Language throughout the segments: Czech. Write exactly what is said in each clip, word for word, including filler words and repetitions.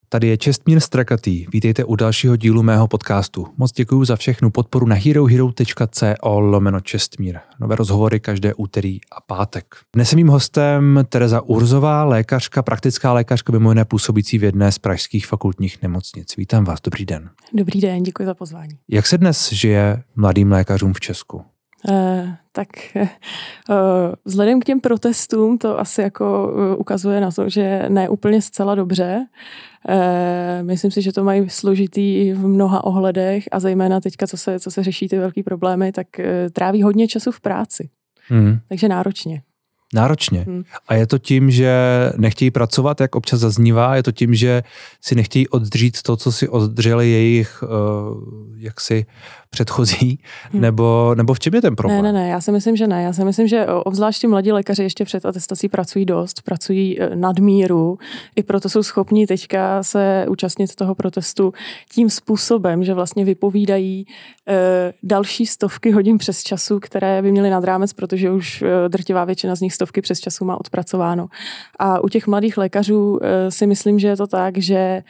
Tady je Čestmír Strakatý. Vítejte u dalšího dílu mého podcastu. Moc děkuju za všechnu podporu na herohero.co lomeno Čestmír. Nové rozhovory každé úterý a pátek. Dnes je mým hostem Tereza Urzová, lékařka, praktická lékařka, mimo jiné působící v jedné z pražských fakultních nemocnic. Vítám vás, dobrý den. Dobrý den, děkuji za pozvání. Jak se dnes žije mladým lékařům v Česku? Uh, tak uh, vzhledem k těm protestům to asi jako uh, ukazuje na to, že ne úplně zcela dobře. Uh, myslím si, že to mají složitý v mnoha ohledech a zejména teďka, co se, co se řeší ty velký problémy, tak uh, tráví hodně času v práci. Hmm. Takže náročně. Náročně. Hmm. A je to tím, že nechtějí pracovat, jak občas zaznívá? Je to tím, že si nechtějí oddřít to, co si oddřeli jejich uh, jaksi předchozí? Hmm. Nebo, nebo v čem je ten problém? Ne, ne, ne, já si myslím, že ne. Já si myslím, že obzvláště mladí lékaři ještě před atestací pracují dost, pracují nadmíru, i proto jsou schopni teďka se účastnit toho protestu tím způsobem, že vlastně vypovídají uh, další stovky hodin přes času, které by měly nad rámec, protože už uh, drtivá většina z nich stovky přes času má odpracováno. A u těch mladých lékařů e, si myslím, že je to tak, že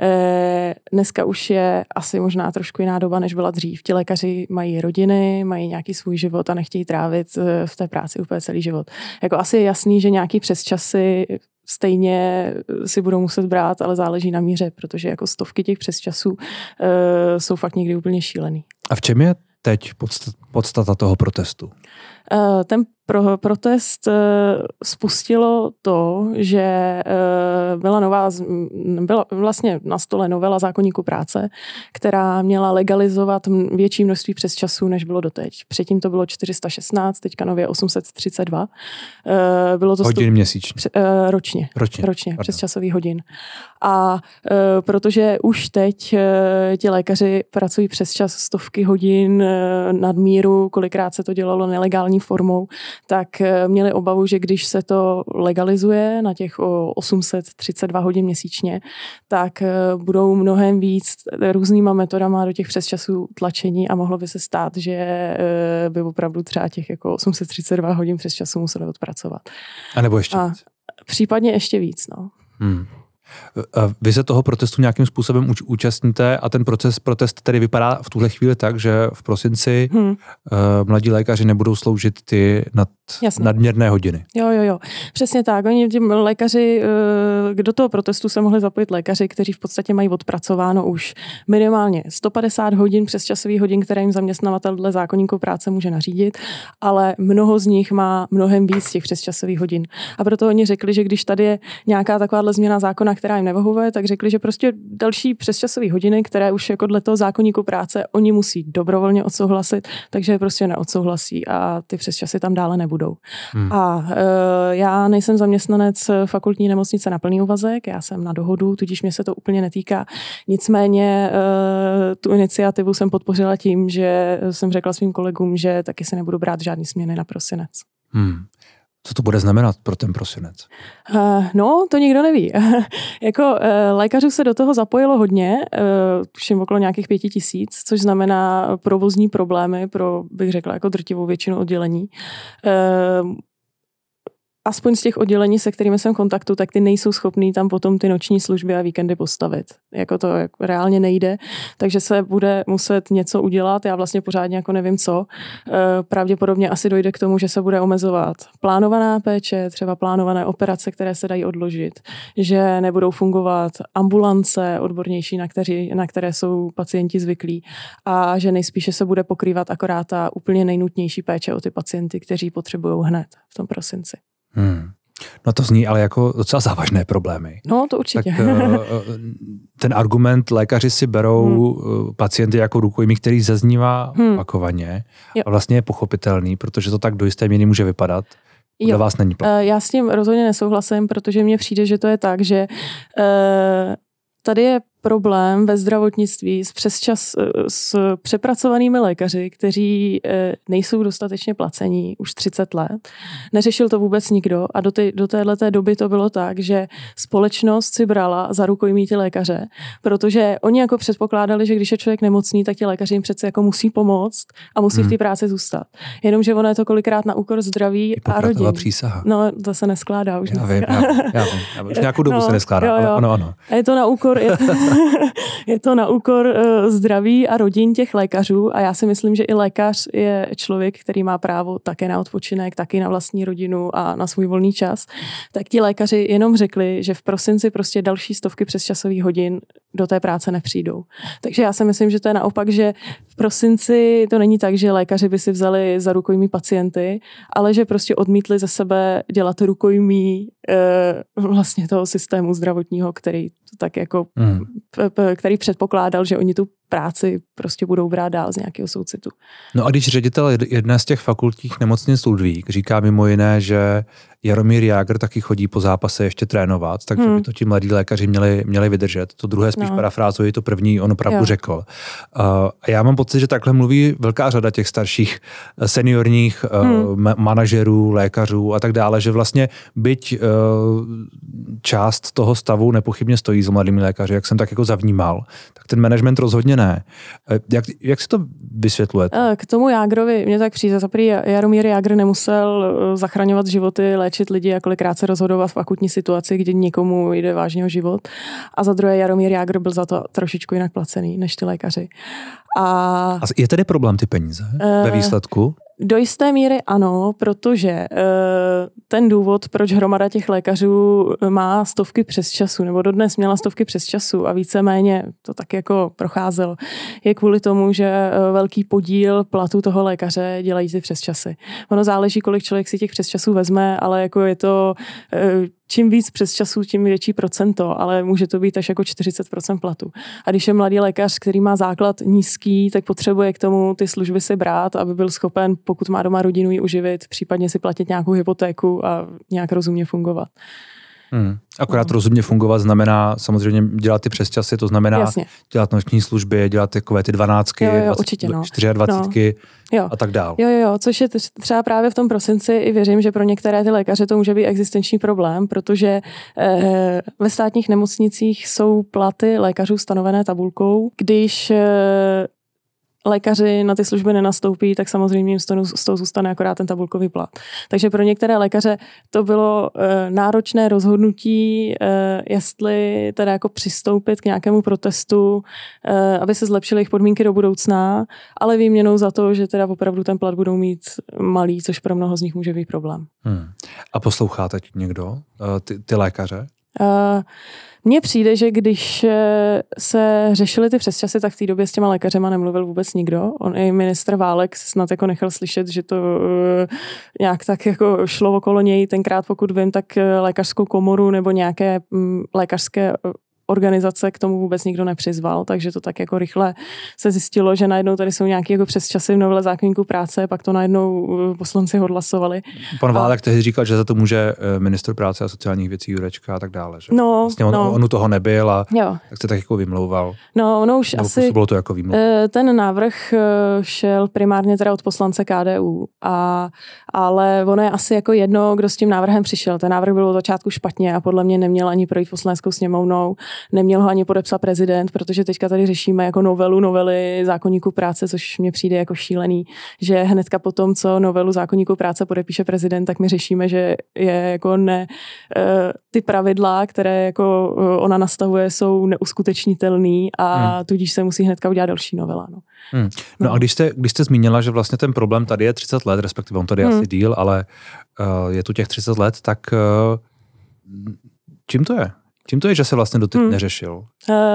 e, dneska už je asi možná trošku jiná doba, než byla dřív. Ti lékaři mají rodiny, mají nějaký svůj život a nechtějí trávit e, v té práci úplně celý život. Jako asi je jasný, že nějaký přesčasy stejně si budou muset brát, ale záleží na míře, protože jako stovky těch přesčasů e, jsou fakt někdy úplně šílený. A v čem je teď podstata toho protestu? Ten pro, protest spustilo to, že byla nová, byla vlastně na stole novela zákoníku práce, která měla legalizovat větší množství přesčasů, než bylo doteď. Předtím to bylo čtyři sta šestnáct, teďka nově osm set třicet dva. Bylo to hodin měsíčně? Ročně. Ročně, ročně přesčasových hodin. A e, protože už teď e, ti lékaři pracují přesčas stovky hodin e, nadmíru, kolikrát se to dělalo nelegální formou, tak e, měli obavu, že když se to legalizuje na těch o, osm set třicet dva hodin měsíčně, tak e, budou mnohem víc různýma metodama do těch přesčasů tlačení a mohlo by se stát, že e, by opravdu třeba těch jako osm set třicet dva hodin přesčasů museli odpracovat. A nebo ještě a víc. Případně ještě víc, no. Hmm. Vy se toho protestu nějakým způsobem účastníte a ten proces, protest tedy vypadá v tuhle chvíli tak, že v prosinci hmm. uh, mladí lékaři nebudou sloužit ty nad, nadměrné hodiny. Jo, jo, jo. Přesně tak. Oni ti lékaři, uh, do toho protestu se mohli zapojit lékaři, kteří v podstatě mají odpracováno už minimálně sto padesát hodin přesčasových hodin, které jim zaměstnavatel dle zákoníku práce může nařídit, ale mnoho z nich má mnohem víc těch přesčasových hodin. A proto oni řekli, že když tady je nějaká takováhle změna zákona, která jim nevyhovuje, tak řekli, že prostě další přesčasové hodiny, které už jako dle toho zákoníku práce oni musí dobrovolně odsouhlasit, takže je prostě neodsouhlasí a ty přesčasy tam dále nebudou. Hmm. A e, já nejsem zaměstnanec fakultní nemocnice na plný úvazek, já jsem na dohodu, tudíž mě se to úplně netýká. Nicméně e, tu iniciativu jsem podpořila tím, že jsem řekla svým kolegům, že taky se nebudu brát žádný směny na prosinec. Hmm. Co to bude znamenat pro ten prosinec? Uh, no, to nikdo neví. Jako uh, lékařů se do toho zapojilo hodně, uh, tuším okolo nějakých pěti tisíc, což znamená provozní problémy pro, bych řekla, jako drtivou většinu oddělení. Uh, Aspoň z těch oddělení, se kterými jsem v kontaktu, tak ty nejsou schopný tam potom ty noční služby a víkendy postavit. Jako to jako reálně nejde, takže se bude muset něco udělat, já vlastně pořádně jako nevím co. Pravděpodobně asi dojde k tomu, že se bude omezovat plánovaná péče, třeba plánované operace, které se dají odložit, že nebudou fungovat ambulance odbornější, na, kteří, na které jsou pacienti zvyklí a že nejspíše se bude pokrývat akorát ta úplně nejnutnější péče o ty pacienty, kteří potřebují hned v tom prosinci. Hmm. No to zní ale jako docela závažné problémy. No to určitě. Tak ten argument, lékaři si berou hmm. pacienty jako rukojmí, který zaznívá hmm. opakovaně a vlastně je pochopitelný, protože to tak do jisté míry může vypadat. Podle vás není platný. Já s tím rozhodně nesouhlasím, protože mně přijde, že to je tak, že tady je problém ve zdravotnictví s, přesčas, s přepracovanými lékaři, kteří nejsou dostatečně placení už třicet let. Neřešil to vůbec nikdo a do, té, do téhleté doby to bylo tak, že společnost si brala za rukojmí ty lékaře, protože oni jako předpokládali, že když je člověk nemocný, tak ti lékaři jim přece jako musí pomoct a musí hmm. v té práci zůstat. Jenomže ono je to kolikrát na úkor zdraví a rodin. Přísaha. No, to se neskládá už. Já vím, já vím, já vím. Já vím. Už nějakou dobu no, se neskládá, jo, jo. ale ano, ano. A je to na úkor... Je to... je to na úkor uh, zdraví a rodin těch lékařů a já si myslím, že i lékař je člověk, který má právo také na odpočinek, taky na vlastní rodinu a na svůj volný čas. Tak ti lékaři jenom řekli, že v prosinci prostě další stovky přesčasových hodin do té práce nepřijdou. Takže já si myslím, že to je naopak, že v prosinci to není tak, že lékaři by si vzali za rukojmí pacienty, ale že prostě odmítli ze sebe dělat rukojmí e, vlastně toho systému zdravotního, který to tak jako, hmm. p, p, který předpokládal, že oni tu práci prostě budou brát dál z nějakého soucitu. No a když ředitel jedné z těch fakultních nemocnic Ludvík říká mimo jiné, že Jaromír Jágr taky chodí po zápase ještě trénovat, takže hmm. by to ti mladí lékaři měli, měli vydržet. To druhé spíš no. parafrázuji, to první on opravdu jo. řekl. Uh, a já mám pocit, že takhle mluví velká řada těch starších seniorních hmm. uh, manažerů, lékařů a tak dále, že vlastně byť uh, část toho stavu nepochybně stojí za mladými lékaři, jak jsem tak jako zavnímal, tak ten management rozhodně ne. Jak, jak si to vysvětlujete? K tomu Jágrovi mě tak přijde. Zaprý Jaromír Jágr nemusel zachraňovat životy, léčit lidi a kolikrát se rozhodovat v akutní situaci, kdy někomu jde vážně o život. A za druhé Jaromír Jágr byl za to trošičku jinak placený než ty lékaři. A, a je tedy problém ty peníze uh, ve výsledku? Do jisté míry ano, protože uh, ten důvod, proč hromada těch lékařů má stovky přesčasů, nebo dodnes měla stovky přesčasů a víceméně to tak jako procházelo, je kvůli tomu, že uh, velký podíl platu toho lékaře dělají ty přesčasy. Ono záleží, kolik člověk si těch přesčasů vezme, ale jako je to... Uh, čím víc přesčasů, tím větší procento, ale může to být až jako čtyřicet procent platu. A když je mladý lékař, který má základ nízký, tak potřebuje k tomu ty služby si brát, aby byl schopen, pokud má doma rodinu, ji uživit, případně si platit nějakou hypotéku a nějak rozumně fungovat. Hmm. Akorát no. rozumně fungovat znamená samozřejmě dělat ty přesčasy, to znamená Jasně. dělat noční služby, dělat takové ty dvanáctky, jo, jo, dvacet, určitě, no. dvacet no. a tak dál. Jo, jo, jo, což je třeba právě v tom prosinci i věřím, že pro některé ty lékaře to může být existenční problém, protože eh, ve státních nemocnicích jsou platy lékařů stanovené tabulkou. Když eh, lékaři na ty služby nenastoupí, tak samozřejmě jim z toho zůstane akorát ten tabulkový plat. Takže pro některé lékaře to bylo e, náročné rozhodnutí, e, jestli teda jako přistoupit k nějakému protestu, e, aby se zlepšily jejich podmínky do budoucna, ale výměnou za to, že teda opravdu ten plat budou mít malý, což pro mnoho z nich může být problém. Hmm. A poslouchá teď někdo ty, ty lékaře? Uh, Mně přijde, že když se řešily ty přesčasy, tak v té době s těma lékařema nemluvil vůbec nikdo. On i ministr Válek snad jako nechal slyšet, že to uh, nějak tak jako šlo okolo něj. Tenkrát, pokud vím, tak lékařskou komoru nebo nějaké um, lékařské organizace k tomu vůbec nikdo nepřizval, takže to tak jako rychle se zjistilo, že najednou tady jsou nějaké jako přesčasy v novele zákoníku práce, pak to najednou poslanci odhlasovali. Pan Válek tehdy říkal, že za to může ministr práce a sociálních věcí Jurečka a tak dále. Že? No, vlastně on, no. on u toho nebyl a jo. tak se tak jako vymlouval. No, ono už asi bylo to jako výmluv. Ten návrh šel primárně teda od poslance K D U, a, ale ono je asi jako jedno, kdo s tím návrhem přišel. Ten návrh byl od začátku špatně a podle mě neměl ani projít poslaneckou sněmovnou. Neměl ho ani podepsat prezident, protože teďka tady řešíme jako novelu novely zákoníku práce, což mně přijde jako šílený, že hnedka po tom, co novelu zákoníku práce podepíše prezident, tak my řešíme, že je jako ne, ty pravidla, které jako ona nastavuje, jsou neuskutečnitelný a hmm. tudíž se musí hnedka udělat další novela. No, hmm. no, no. a když jste, když jste zmínila, že vlastně ten problém tady je třicet let, respektive on tady je hmm. asi díl, ale uh, je tu těch třicet let, tak uh, čím to je? Čím to je, že se vlastně doteď hmm. neřešil? Uh,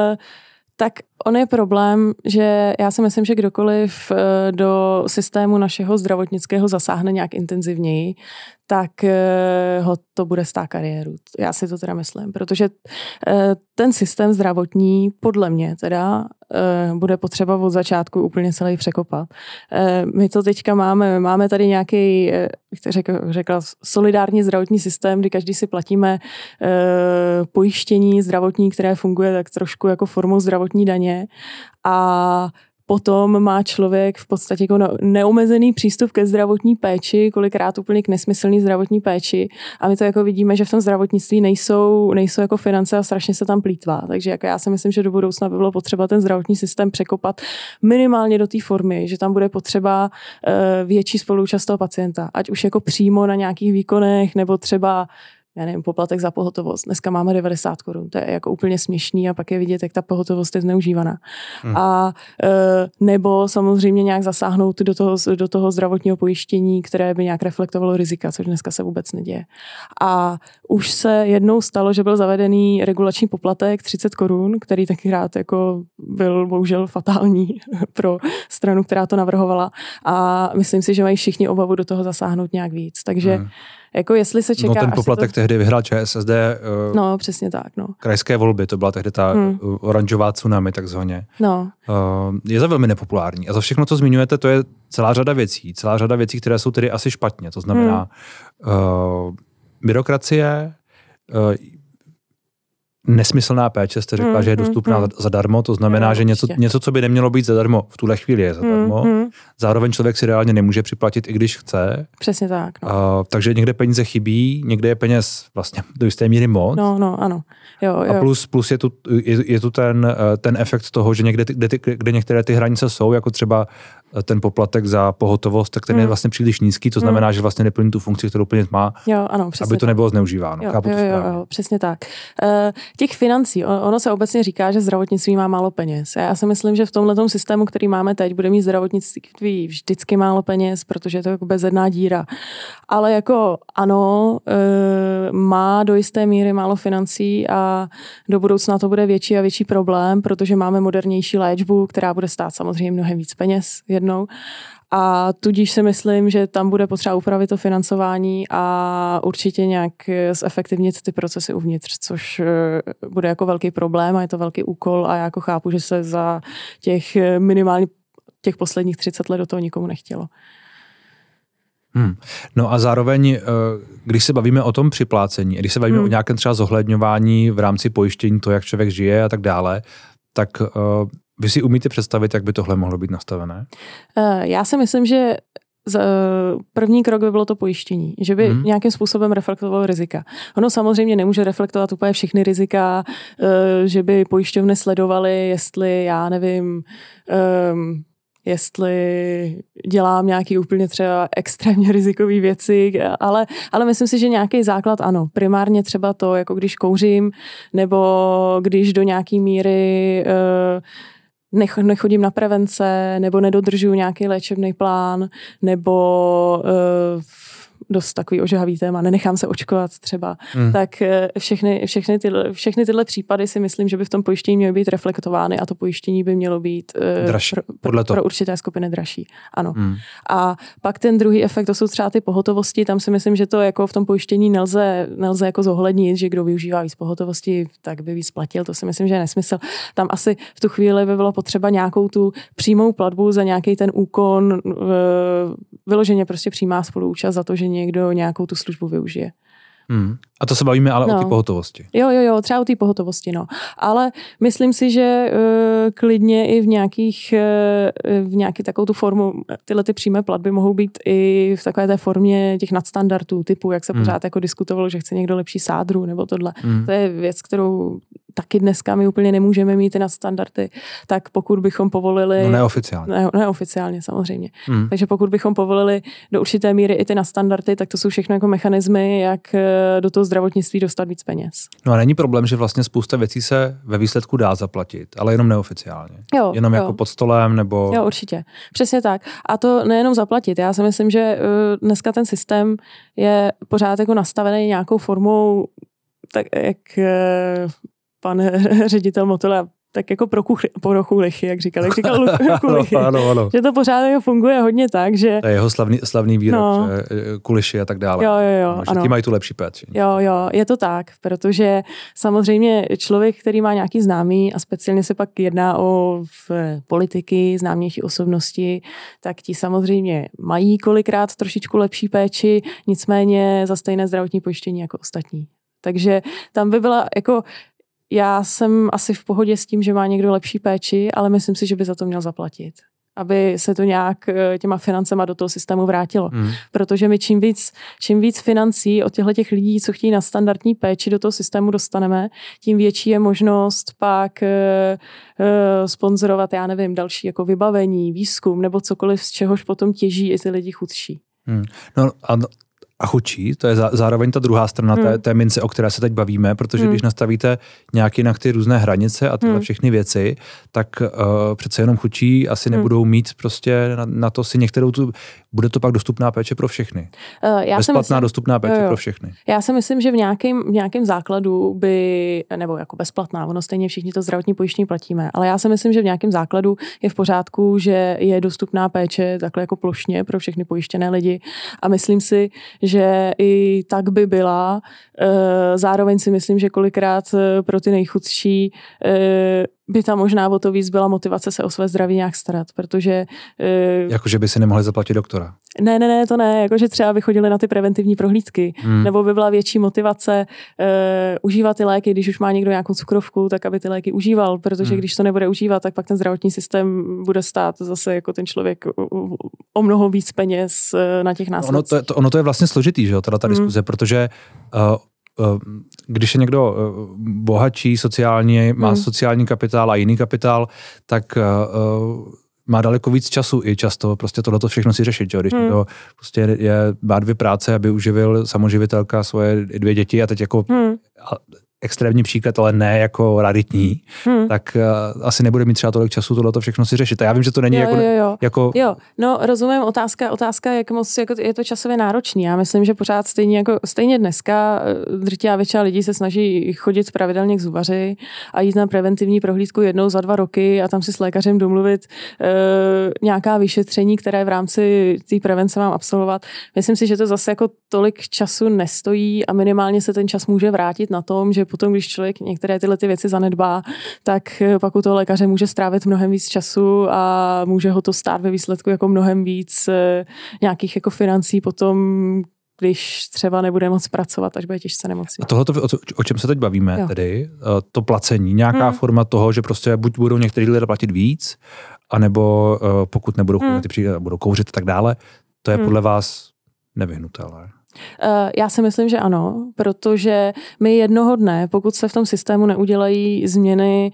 tak on je problém, že já si myslím, že kdokoliv uh, do systému našeho zdravotnického zasáhne nějak intenzivněji, tak uh, ho to bude stát kariéru. Já si to teda myslím, protože uh, ten systém zdravotní, podle mě teda, uh, bude potřeba od začátku úplně celý překopat. Uh, my to teďka máme, máme tady nějaký, uh, řekl, řekla, solidární zdravotní systém, kdy každý si platíme uh, pojištění zdravotní, které funguje tak trošku jako formou zdravotní daně a potom má člověk v podstatě jako neomezený přístup ke zdravotní péči, kolikrát úplně k nesmyslný zdravotní péči a my to jako vidíme, že v tom zdravotnictví nejsou, nejsou jako finance a strašně se tam plýtvá. Takže jako já si myslím, že do budoucna by bylo potřeba ten zdravotní systém překopat minimálně do té formy, že tam bude potřeba uh, větší spoluúčast toho pacienta, ať už jako přímo na nějakých výkonech nebo třeba já nevím, poplatek za pohotovost. Dneska máme devadesát korun, to je jako úplně směšný a pak je vidět, jak ta pohotovost je zneužívaná. Hmm. A e, nebo samozřejmě nějak zasáhnout do toho, do toho zdravotního pojištění, které by nějak reflektovalo rizika, což dneska se vůbec neděje. A už se jednou stalo, že byl zavedený regulační poplatek třicet korun, který taky rád jako byl bohužel fatální pro stranu, která to navrhovala. A myslím si, že mají všichni obavu do toho zasáhnout nějak víc. Takže hmm. Jako jestli se čeká... No ten poplatek to... tehdy vyhrál ČSSD. Uh, no, přesně tak, no. Krajské volby, to byla tehdy ta hmm. oranžová tsunami, takzvaně. No. Uh, je za velmi nepopulární. A za všechno, co zmiňujete, to je celá řada věcí. Celá řada věcí, které jsou tedy asi špatně. To znamená hmm. uh, byrokracie, uh, nesmyslná péče, jste řekla, mm, že je dostupná mm, zadarmo, to znamená, jo, že něco, něco, co by nemělo být zadarmo, v tuhle chvíli je zadarmo. Mm, mm. Zároveň člověk si reálně nemůže připlatit, i když chce. Přesně tak. No. Uh, takže někde peníze chybí, někde je peněz vlastně do jisté míry moc. No, no, ano. Jo, jo. A plus, plus je tu, je, je tu ten, ten efekt toho, že někde, kde, ty, kde některé ty hranice jsou, jako třeba ten poplatek za pohotovost, tak ten mm. je vlastně příliš nízký, to znamená, mm. že vlastně neplní tu funkci, kterou plnit má, jo, ano, přesně aby to tak. nebylo zneužíváno. Jo, jo, jo, jo, přesně tak. Uh, těch financí, ono se obecně říká, že zdravotnictví má málo peněz. Já si myslím, že v tomhletom systému, který máme teď, bude mít zdravotnictví vždycky málo peněz, protože je to jako bezedná díra. Ale jako ano, uh, má do jisté míry málo financí a do budoucna to bude větší a větší problém, protože máme modernější léčbu, která bude stát samozřejmě mnohem víc peněz jednou. A tudíž si myslím, že tam bude potřeba upravit to financování a určitě nějak zefektivnit ty procesy uvnitř, což bude jako velký problém a je to velký úkol a já jako chápu, že se za těch minimálně těch posledních třicet let do toho nikomu nechtělo. Hmm. No a zároveň, když se bavíme o tom připlácení, když se bavíme hmm. o nějakém třeba zohledňování v rámci pojištění, to, jak člověk žije a tak dále, tak vy si umíte představit, jak by tohle mohlo být nastavené? Já si myslím, že první krok by bylo to pojištění, že by hmm. nějakým způsobem reflektovalo rizika. Ono samozřejmě nemůže reflektovat úplně všechny rizika, že by pojišťovny sledovaly, jestli, já nevím, jestli dělám nějaký úplně třeba extrémně rizikový věci, ale, ale myslím si, že nějaký základ ano. Primárně třeba to, jako když kouřím, nebo když do nějaký míry nechodím na prevence, nebo nedodržuju nějaký léčebný plán, nebo dost takový ožehavý téma, nenechám se očkovat třeba, hmm. tak všechny, všechny, tyhle, všechny tyhle případy si myslím, že by v tom pojištění měly být reflektovány a to pojištění by mělo být dražší, pro, pro, pro určité skupiny dražší. Ano. Hmm. A pak ten druhý efekt, to jsou třeba ty pohotovosti, tam si myslím, že to jako v tom pojištění nelze, nelze jako zohlednit, že kdo využívá víc pohotovosti, tak by víc platil, to si myslím, že je nesmysl. Tam asi v tu chvíli by bylo potřeba nějakou tu přímou platbu za nějaký ten úkon, vyloženě prostě přímá spoluúčast za to, že někdo nějakou tu službu využije. Hmm. A to se bavíme ale no. o té pohotovosti. Jo, jo, jo, třeba o té pohotovosti, no. Ale myslím si, že uh, klidně i v nějakých, uh, v nějaký takovou tu formu, tyhle ty přímé platby mohou být i v takové té formě těch nadstandardů typu, jak se hmm. pořád jako diskutovalo, že chce někdo lepší sádru nebo tohle. Hmm. To je věc, kterou taky dneska my úplně nemůžeme mít ty nadstandardy, tak pokud bychom povolili... No neoficiálně. Ne, neoficiálně, samozřejmě. Hmm. Takže pokud bychom povolili do určité míry i ty nadstandardy, tak to jsou všechno jako mechanismy, jak do toho zdravotnictví dostat víc peněz. No a není problém, že vlastně spousta věcí se ve výsledku dá zaplatit, ale jenom neoficiálně. Jo, jenom jo. jako pod stolem nebo... Jo, určitě. Přesně tak. A to nejenom zaplatit. Já si myslím, že dneska ten systém je pořád jako nastavený nějakou formou, tak jak pan ředitel Motola tak jako pro, kuchy, pro kulichy, jak říkal, jak říkal kulichy. ano, ano, ano. Že to pořád funguje hodně tak, že... To je jeho slavný, slavný výrok, no. že kuliši a tak dále. Jo, jo, jo. No, že ano. ti mají tu lepší péči. Jo, jo, je to tak, protože samozřejmě člověk, který má nějaký známý a speciálně se pak jedná o v politiky, známější osobnosti, tak ti samozřejmě mají kolikrát trošičku lepší péči, nicméně za stejné zdravotní pojištění jako ostatní. Takže tam by byla jako... Já jsem asi v pohodě s tím, že má někdo lepší péči, ale myslím si, že by za to měl zaplatit. Aby se to nějak těma financema do toho systému vrátilo. Hmm. Protože my čím víc, čím víc financí od těchto těch lidí, co chtějí na standardní péči, do toho systému dostaneme, tím větší je možnost pak uh, uh, sponzorovat, já nevím, další jako vybavení, výzkum nebo cokoliv, z čehož potom těží i ty lidi chudší. Hmm. No a A chudší, to je zároveň ta druhá strana hmm. té, té mince, o které se teď bavíme, protože hmm. když nastavíte nějak jinak ty různé hranice a tyhle hmm. všechny věci, tak uh, přece jenom chudší asi hmm. nebudou mít prostě na, na to si některou tu, bude to pak dostupná péče pro všechny. Uh, já Bezplatná myslím, dostupná péče jo, jo. pro všechny. Já si myslím, že v nějakém, v nějakém základu by, nebo jako bezplatná, ono stejně všichni to zdravotní pojištění platíme, ale já si myslím, že v nějakém základu je v pořádku, že je dostupná péče takhle jako plošně pro všechny pojištěné lidi a myslím si, že i tak by byla. Zároveň si myslím, že kolikrát pro ty nejchudší by tam možná o to víc byla motivace se o své zdraví nějak starat, protože... Jakože by si nemohli zaplatit doktora. Ne, ne, ne, to ne, jakože třeba by chodili na ty preventivní prohlídky, hmm. nebo by byla větší motivace uh, užívat ty léky, když už má někdo nějakou cukrovku, tak aby ty léky užíval, protože hmm. když to nebude užívat, tak pak ten zdravotní systém bude stát zase jako ten člověk o, o mnoho víc peněz uh, na těch následcích. Ono to, to, ono to je vlastně složitý, že jo, teda ta hmm. diskuze, protože uh, když je někdo bohatší, sociální, má hmm. sociální kapitál a jiný kapitál, tak uh, má daleko víc času i často prostě tohleto všechno si řešit. Že? Když hmm. někdo prostě je, má dvě práce, aby uživil samoživitelka svoje dvě děti a teď jako hmm. extrémní příklad, ale ne jako raritní, hmm. tak uh, asi nebude mít třeba tolik času tohleto všechno si řešit. A já vím, že to není jo, jako, jo, jo. jako... Jo, no rozumím, otázka, otázka jak moc jako je to časově náročný. Já myslím, že pořád stejně, jako, stejně dneska drtivá většina lidí se snaží chodit pravidelně k zubaři a jít na preventivní prohlídku jednou za dva roky a tam si s lékařem domluvit uh, nějaká vyšetření, které v rámci té prevence mám absolvovat. Myslím si, že to zase jako tolik času nestojí a minimálně se ten čas může vrátit na tom, že potom, když člověk některé tyhle ty věci zanedbá, tak pak u toho lékaře může strávit mnohem víc času a může ho to stát ve výsledku jako mnohem víc nějakých jako financí potom, když třeba nebude moc pracovat, až bude těžce nemocný. A tohle, o čem se teď bavíme, jo. tedy to placení, nějaká hmm. forma toho, že prostě buď budou některý lidé platit víc, anebo pokud nebudou hmm. chodit, budou kouřit a tak dále, to je hmm. podle vás nevyhnutelné. Já si myslím, že ano, protože my jednoho dne, pokud se v tom systému neudělají změny,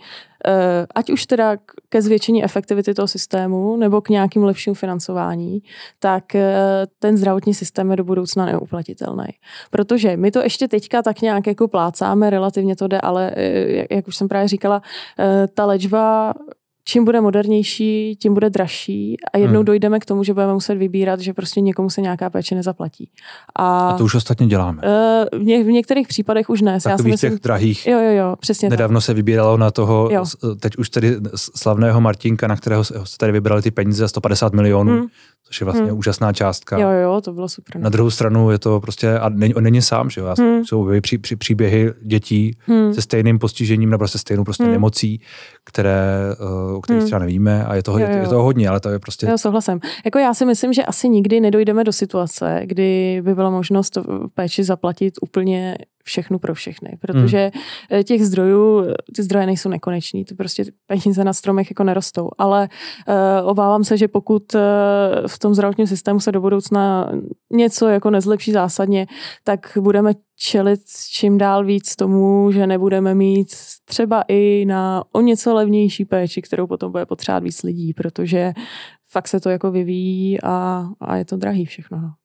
ať už teda ke zvětšení efektivity toho systému nebo k nějakým lepším financování, tak ten zdravotní systém je do budoucna neuplatitelný. Protože my to ještě teďka tak nějak jako plácáme, relativně to jde, ale jak už jsem právě říkala, ta léčba čím bude modernější, tím bude dražší a jednou hmm. dojdeme k tomu, že budeme muset vybírat, že prostě někomu se nějaká péče nezaplatí. A, a to už ostatně děláme. V, ně, v některých případech už ne. Takových Já si myslím, těch drahých. Jo, jo, jo, přesně Nedávno tak. se vybíralo na toho, jo. teď už tedy slavného Martinka, na kterého se tady vybrali ty peníze za sto padesát milionů, hmm. což je vlastně hmm. úžasná částka. Jo, jo, to bylo super. Ne? Na druhou stranu je to prostě, a není, on není sám, že jo, hmm. jsou pří, pří, příběhy dětí hmm. se stejným postižením nebo se stejnou prostě hmm. nemocí, které, o kterých hmm. třeba nevíme a je toho, jo, jo. je toho hodně, ale to je prostě... Jo, souhlasím. Jako já si myslím, že asi nikdy nedojdeme do situace, kdy by byla možnost péči zaplatit úplně všechno pro všechny, protože hmm. těch zdrojů, ty zdroje nejsou nekonečný, to prostě peníze na stromech jako nerostou, ale uh, obávám se, že pokud uh, v tom zdravotním systému se do budoucna něco jako nezlepší zásadně, tak budeme čelit čím dál víc tomu, že nebudeme mít třeba i na o něco levnější péči, kterou potom bude potřebovat víc lidí, protože fakt se to jako vyvíjí a, a je to drahý všechno. No,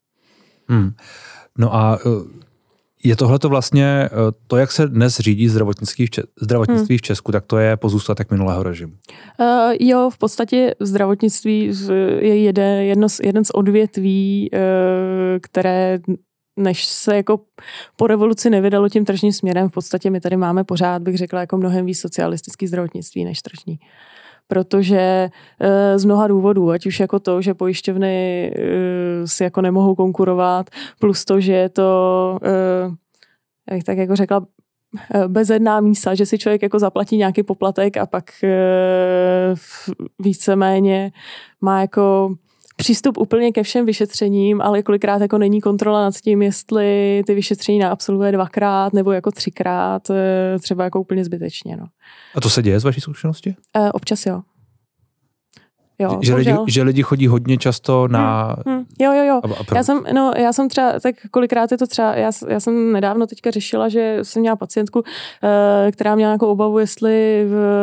hmm. no a uh... Je tohleto vlastně, to, jak se dnes řídí zdravotnictví v, Če- zdravotnictví hmm. v Česku, tak to je pozůstatek minulého režimu? Uh, jo, v podstatě zdravotnictví je jeden, jedno z, jeden z odvětví, uh, které než se jako po revoluci nevydalo tím tržním směrem, v podstatě my tady máme pořád, bych řekla, jako mnohem víc socialistický zdravotnictví než tržní. Protože z mnoha důvodů, ať už jako to, že pojišťovny si jako nemohou konkurovat, plus to, že je to, jak tak jako řekla, bezedná mísa, že si člověk jako zaplatí nějaký poplatek a pak víceméně má jako přístup úplně ke všem vyšetřením, ale kolikrát jako není kontrola nad tím, jestli ty vyšetření absolvuje dvakrát nebo jako třikrát, třeba jako úplně zbytečně. No. A to se děje z vaší zkušenosti? E, občas jo. Jo, že, lidi, že lidi chodí hodně často na... Hmm, hmm. Jo, jo, jo. A, a já, jsem, no, já jsem třeba, tak kolikrát je to třeba, já, já jsem nedávno teďka řešila, že jsem měla pacientku, která měla nějakou obavu, jestli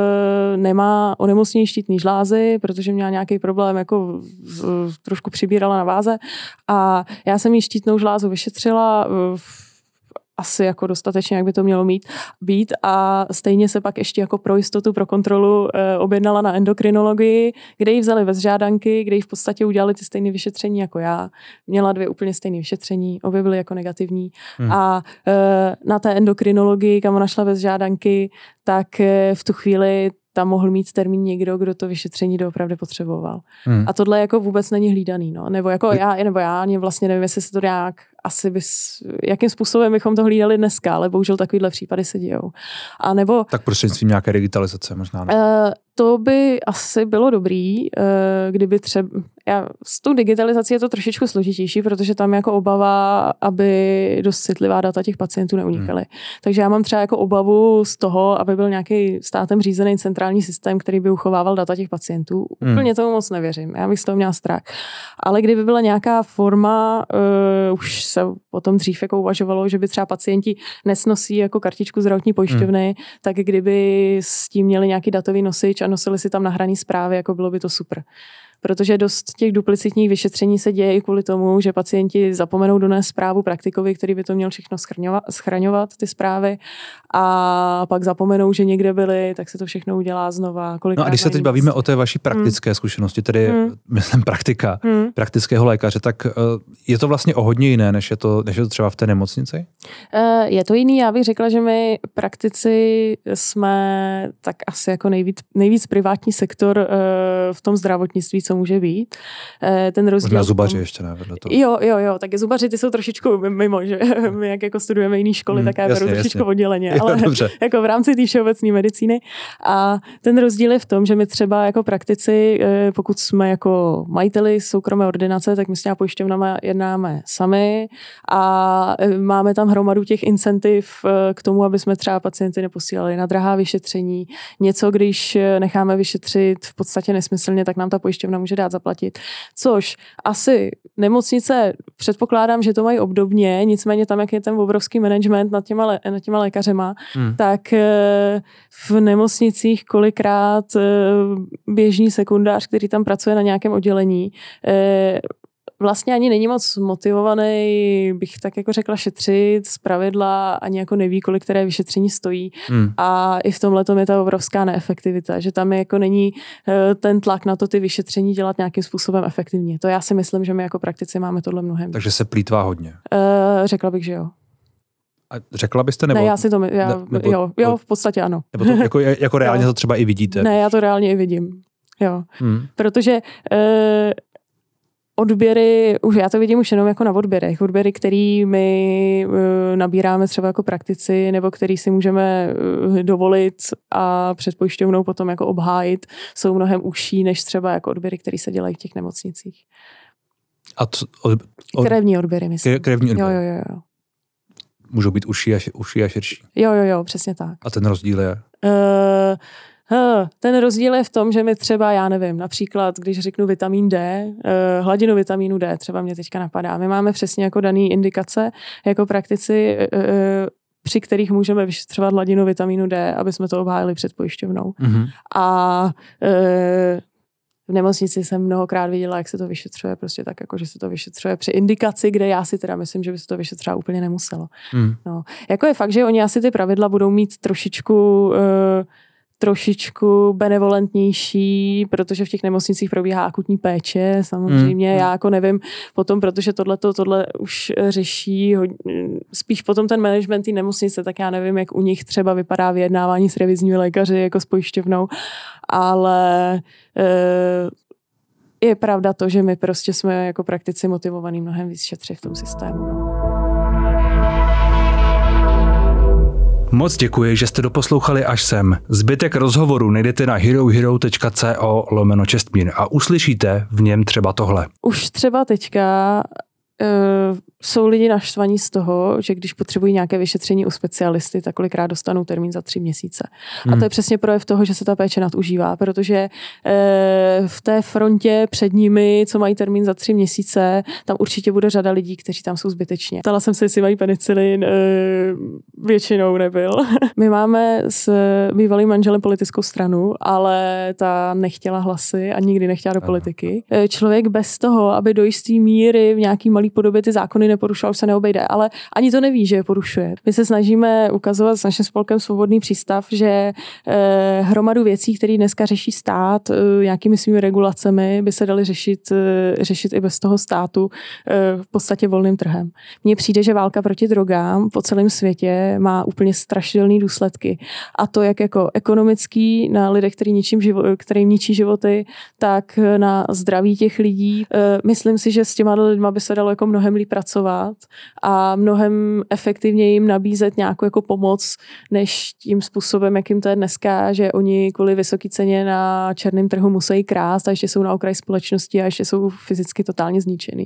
nemá onemocnění štítné žlázy, protože měla nějaký problém, jako trošku přibírala na váze a já jsem jí štítnou žlázu vyšetřila v asi jako dostatečně, jak by to mělo mít, být a stejně se pak ještě jako pro jistotu, pro kontrolu e, objednala na endokrinologii, kde jí vzali bez žádanky, kde jí v podstatě udělali ty stejné vyšetření jako já. Měla dvě úplně stejné vyšetření, obě byly jako negativní hmm. a e, na té endokrinologii, kam ona šla bez žádanky, tak e, v tu chvíli tam mohl mít termín někdo, kdo to vyšetření doopravdy potřeboval. Hmm. A tohle jako vůbec není hlídaný, no. Nebo jako já, nebo já ani vlastně nevím, jestli se to nějak asi bys, jakým způsobem bychom to hlídali dneska, ale bohužel takovýhle případy se dějou. A nebo... Tak prostřednictvím nějaké digitalizace možná. Uh, to by asi bylo dobrý, uh, kdyby třeba... Já, s tou digitalizací je to trošičku složitější, protože tam je jako obava, aby dost citlivá data těch pacientů neunikaly. Hmm. Takže já mám třeba jako obavu z toho, aby byl nějaký státem řízený centrální systém, který by uchovával data těch pacientů. Hmm. Úplně tomu moc nevěřím. Já bych z toho měla strach. Ale kdyby byla nějaká forma, uh, už se potom dřív jako uvažovalo, že by třeba pacienti nesnosí jako kartičku zdravotní pojišťovny, hmm. tak kdyby s tím měli nějaký datový nosič a nosili si tam nahraný zprávy, jako bylo by to super. Protože dost těch duplicitních vyšetření se děje i kvůli tomu, že pacienti zapomenou donést zprávu praktikovi, který by to měl všechno schraňovat, ty zprávy, a pak zapomenou, že někde byli, tak se to všechno udělá znova. No a když se teď bavíme o té vaší praktické hmm. zkušenosti, tedy hmm. myslím praktika, hmm. praktického lékaře, tak je to vlastně o hodně jiné, než je to, než je to třeba v té nemocnici? Je to jiný, já bych řekla, že my praktici jsme tak asi jako nejvíc, nejvíc privátní sektor v tom zdravotnictví, co může být. Ten rozdíl... Možná zubaři ještě ne, vedle toho. Jo, jo, jo, tak zubaři, ty jsou trošičku mimo, že my jak jako studujeme jiný školy, hmm, tak já beru trošičku odděleně, jo, ale dobře. Jako v rámci té všeobecné medicíny. A ten rozdíl je v tom, že my třeba jako praktici, pokud jsme jako majiteli soukromé ordinace, tak my s těma pojišťovnama jednáme sami a máme tam hromadu těch incentiv k tomu, aby jsme třeba pacienty neposílali na drahá vyšetření. Něco, když necháme vyšetřit v podstatě nesmyslně, tak nám ta pojišťovna může dát zaplatit. Což asi nemocnice, předpokládám, že to mají obdobně, nicméně tam, jak je ten obrovský management nad těma, lé, nad těma lékařema, hmm. tak v nemocnicích kolikrát běžný sekundář, který tam pracuje na nějakém oddělení, vlastně ani není moc motivovaný, bych tak jako řekla, šetřit z pravidla, ani jako neví, kolik které vyšetření stojí. Hmm. A i v tomhletom je ta obrovská neefektivita, že tam je jako není ten tlak na to ty vyšetření dělat nějakým způsobem efektivně. To já si myslím, že my jako praktici máme tohle mnohem. Takže se plýtvá hodně. Uh, řekla bych, že jo. A řekla byste nebo... Ne, já si to, já, ne, nebo, jo, jo, v podstatě ano. Nebo to jako, jako reálně to třeba i vidíte? Ne, já to reálně i vidím. Jo. Hmm. Protože uh, odběry, už já to vidím už jenom jako na odběrech. Odběry, který my uh, nabíráme třeba jako praktici, nebo který si můžeme uh, dovolit a před pojišťovnou potom jako obhájit, jsou mnohem užší než třeba jako odběry, které se dělají v těch nemocnicích. A to, od, od, krevní odběry, myslím. Krevní odběry. Jo, jo, jo. Můžou být užší a, užší a širší. Jo, jo, jo, přesně tak. A ten rozdíl je? Uh, Uh, ten rozdíl je v tom, že my třeba, já nevím, například, když řeknu vitamin D, uh, hladinu vitamínu D, třeba mě teďka napadá, my máme přesně jako daný indikace jako praktici, uh, při kterých můžeme vyšetřovat hladinu vitamínu D, aby jsme to obhájili před pojišťovnou. Mm-hmm. A uh, v nemocnici jsem mnohokrát viděla, jak se to vyšetřuje, prostě tak, jako, že se to vyšetřuje při indikaci, kde já si teda myslím, že by se to vyšetřovat úplně nemuselo. Mm. No. Jako je fakt, že oni asi ty pravidla budou mít trošičku... Uh, trošičku benevolentnější, protože v těch nemocnicích probíhá akutní péče, samozřejmě. Hmm. Já jako nevím potom, protože tohle tohle už řeší hodně, spíš potom ten management té nemocnice, tak já nevím, jak u nich třeba vypadá vyjednávání s revizními lékaři jako s pojišťovnou, ale e, je pravda to, že my prostě jsme jako praktici motivovaní mnohem víc šetřit v tom systému. No. Moc děkuji, že jste doposlouchali až sem. Zbytek rozhovoru najdete na herohero.co lomeno Čestmír a uslyšíte v něm třeba tohle. Už třeba teďka uh, jsou lidi naštvaní z toho, že když potřebují nějaké vyšetření u specialisty, tak kolikrát dostanou termín za tři měsíce. Hmm. A to je přesně projev toho, že se ta péče nadužívá, protože uh, v té frontě před nimi, co mají termín za tři měsíce, tam určitě bude řada lidí, kteří tam jsou zbytečně. Ptala jsem se, jestli mají penicilin, uh, většinou nebyl. My máme s bývalým manželem politickou stranu, ale ta nechtěla hlasy a nikdy nechtěla do politiky. Člověk bez toho, aby do jistý míry v nějaký malý podobě ty zákony neporušoval, už se neobejde, ale ani to neví, že je porušuje. My se snažíme ukazovat s naším spolkem Svobodný přístav, že eh, hromadu věcí, které dneska řeší stát eh, nějakými svými regulacemi, by se daly řešit, eh, řešit i bez toho státu eh, v podstatě volným trhem. Mně přijde, že válka proti drogám po celém světě má úplně strašidelné důsledky. A to jak jako ekonomický na lidech, který ničím živo- kterým ničí životy, tak na zdraví těch lidí. Eh, myslím si, že s těma lidma by se dalo jako mnohem líp pracovat a mnohem efektivněji jim nabízet nějakou jako pomoc, než tím způsobem, jakým to je dneska, že oni kvůli vysoké ceně na černém trhu musí krást a ještě jsou na okraji společnosti a ještě jsou fyzicky totálně zničený.